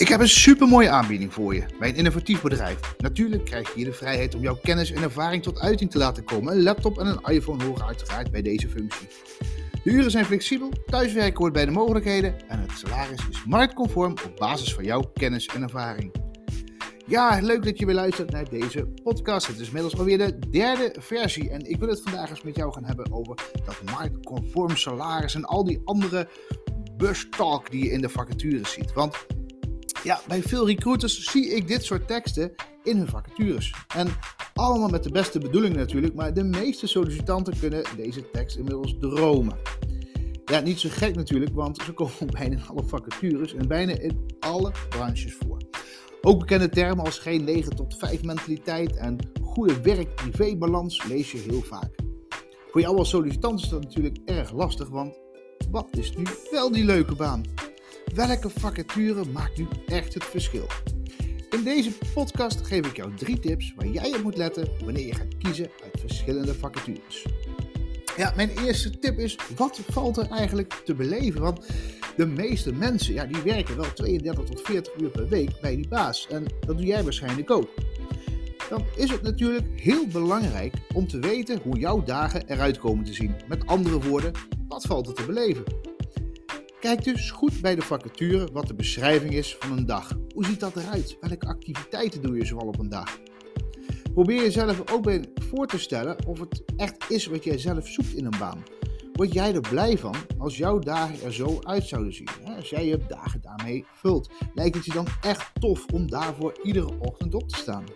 Ik heb een supermooie aanbieding voor je bij een innovatief bedrijf. Natuurlijk krijg je hier de vrijheid om jouw kennis en ervaring tot uiting te laten komen. Een laptop en een iPhone horen uiteraard bij deze functie. De uren zijn flexibel, thuiswerken hoort bij de mogelijkheden en het salaris is marktconform op basis van jouw kennis en ervaring. Ja, leuk dat je weer luistert naar deze podcast. Het is inmiddels alweer de derde versie en ik wil het vandaag eens met jou gaan hebben over dat marktconform salaris en al die andere buzztalk die je in de vacatures ziet. Want ja, bij veel recruiters zie ik dit soort teksten in hun vacatures. En allemaal met de beste bedoelingen natuurlijk, maar de meeste sollicitanten kunnen deze tekst inmiddels dromen. Ja, niet zo gek natuurlijk, want ze komen bijna in alle vacatures en bijna in alle branches voor. Ook bekende termen als geen 9 tot 5 mentaliteit en goede werk-privé-balans lees je heel vaak. Voor jou als sollicitant is dat natuurlijk erg lastig, want wat is nu wel die leuke baan? Welke vacature maakt nu echt het verschil? In deze podcast geef ik jou 3 tips waar jij op moet letten wanneer je gaat kiezen uit verschillende vacatures. Ja, mijn eerste tip is, wat valt er eigenlijk te beleven? Want de meeste mensen, die werken wel 32 tot 40 uur per week bij die baas. En dat doe jij waarschijnlijk ook. Dan is het natuurlijk heel belangrijk om te weten hoe jouw dagen eruit komen te zien. Met andere woorden, wat valt er te beleven? Kijk dus goed bij de vacature wat de beschrijving is van een dag. Hoe ziet dat eruit? Welke activiteiten doe je zoal op een dag? Probeer jezelf ook bij voor te stellen of het echt is wat jij zelf zoekt in een baan. Word jij er blij van als jouw dagen er zo uit zouden zien? Als jij je dagen daarmee vult. Lijkt het je dan echt tof om daarvoor iedere ochtend op te staan?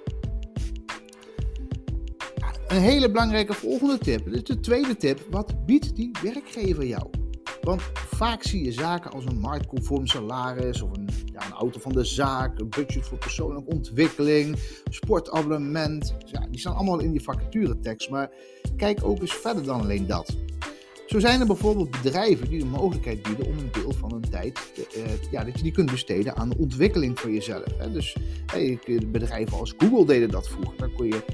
Een hele belangrijke volgende tip. Dit is de tweede tip. Wat biedt die werkgever jou? Want vaak zie je zaken als een marktconform salaris of een auto van de zaak, een budget voor persoonlijke ontwikkeling, sportabonnement. Ja, die staan allemaal in die vacaturetekst, maar kijk ook eens verder dan alleen dat. Zo zijn er bijvoorbeeld bedrijven die de mogelijkheid bieden om een deel van hun tijd, dat je die kunt besteden aan de ontwikkeling van jezelf. Dus bedrijven als Google deden dat vroeger. Dan kon je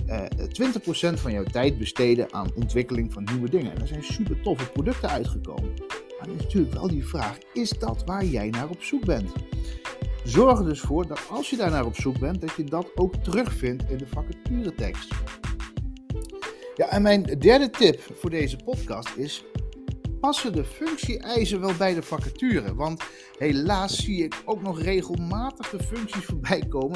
20% van jouw tijd besteden aan ontwikkeling van nieuwe dingen. En er zijn super toffe producten uitgekomen. Maar dan is natuurlijk wel die vraag, is dat waar jij naar op zoek bent? Zorg er dus voor dat als je daar naar op zoek bent, dat je dat ook terugvindt in de vacaturetekst. Ja, en mijn derde tip voor deze podcast is, passen de functie-eisen wel bij de vacature? Want helaas zie ik ook nog regelmatig de functies voorbij komen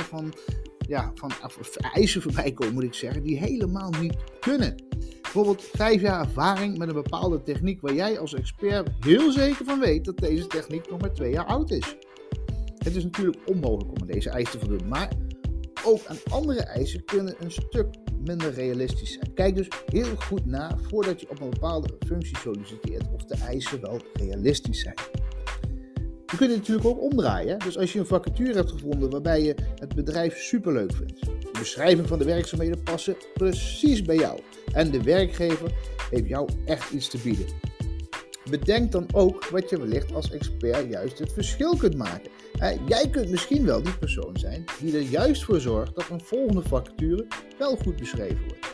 eisen voorbij komen moet ik zeggen, die helemaal niet kunnen. Bijvoorbeeld 5 jaar ervaring met een bepaalde techniek waar jij als expert heel zeker van weet dat deze techniek nog maar 2 jaar oud is. Het is natuurlijk onmogelijk om aan deze eisen te voldoen, maar ook aan andere eisen kunnen een stuk minder realistisch zijn. Kijk dus heel goed na voordat je op een bepaalde functie solliciteert of de eisen wel realistisch zijn. Je kunt het natuurlijk ook omdraaien. Dus als je een vacature hebt gevonden waarbij je het bedrijf superleuk vindt. De beschrijving van de werkzaamheden passen precies bij jou. En de werkgever heeft jou echt iets te bieden. Bedenk dan ook wat je wellicht als expert juist het verschil kunt maken. Jij kunt misschien wel die persoon zijn die er juist voor zorgt dat een volgende vacature wel goed beschreven wordt.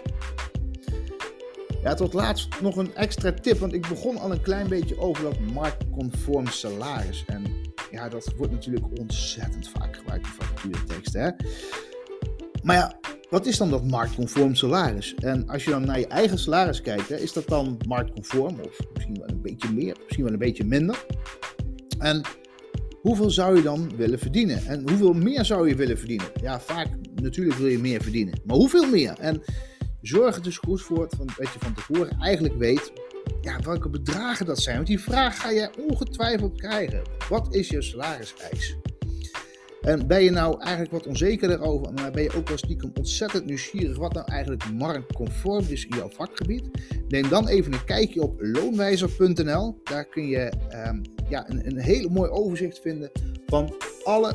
Ja, tot laatst nog een extra tip, want ik begon al een klein beetje over dat marktconform salaris. En ja, dat wordt natuurlijk ontzettend vaak gebruikt in vacatureteksten. Maar ja, wat is dan dat marktconform salaris? En als je dan naar je eigen salaris kijkt, is dat dan marktconform of misschien wel een beetje meer, misschien wel een beetje minder? En hoeveel zou je dan willen verdienen? En hoeveel meer zou je willen verdienen? Ja, vaak natuurlijk wil je meer verdienen, maar hoeveel meer? En zorg er dus goed voor dat je van tevoren eigenlijk weet welke bedragen dat zijn. Want die vraag ga je ongetwijfeld krijgen. Wat is je salariseis? En ben je nou eigenlijk wat onzeker daarover, maar ben je ook wel stiekem ontzettend nieuwsgierig wat nou eigenlijk marktconform is in jouw vakgebied? Neem dan even een kijkje op loonwijzer.nl. Daar kun je een hele mooi overzicht vinden van alle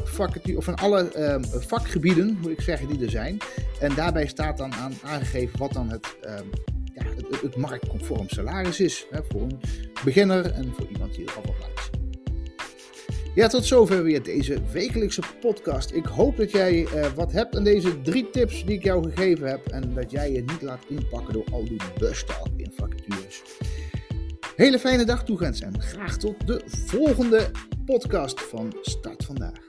vakgebieden, moet ik zeggen, die er zijn. En daarbij staat dan aangegeven wat dan het marktconform salaris is. Voor een beginner en voor iemand die er al wat laat is. Ja, tot zover weer deze wekelijkse podcast. Ik hoop dat jij wat hebt aan deze 3 tips die ik jou gegeven heb. En dat jij je niet laat inpakken door al die buzztalk in vacatures. Hele fijne dag toegewenst en graag tot de volgende podcast van Start Vandaag.